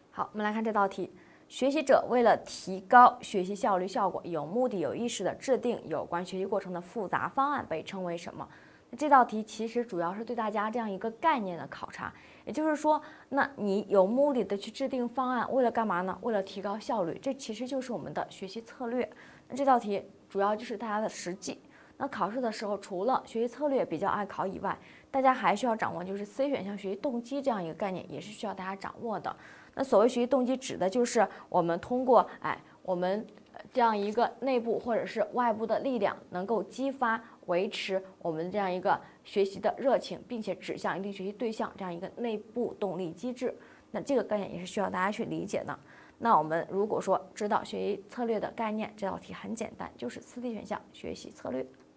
好，我们来看这道题。学习者为了提高学习效率效果，有目的有意识地制定有关学习过程的复杂方案，被称为什么？那这道题其实主要是对大家这样一个概念的考察，也就是说，那你有目的的去制定方案，为了干嘛呢？为了提高效率，这其实就是我们的学习策略。那这道题主要就是大家的实际。那考试的时候，除了学习策略比较爱考以外，大家还需要掌握就是 C 选项学习动机这样一个概念，也是需要大家掌握的。那所谓学习动机，指的就是我们通过我们这样一个内部或者是外部的力量，能够激发、维持我们这样一个学习的热情，并且指向一定学习对象这样一个内部动力机制。那这个概念也是需要大家去理解的。那我们如果说知道学习策略的概念，这道题很简单，就是4D 选项学习策略。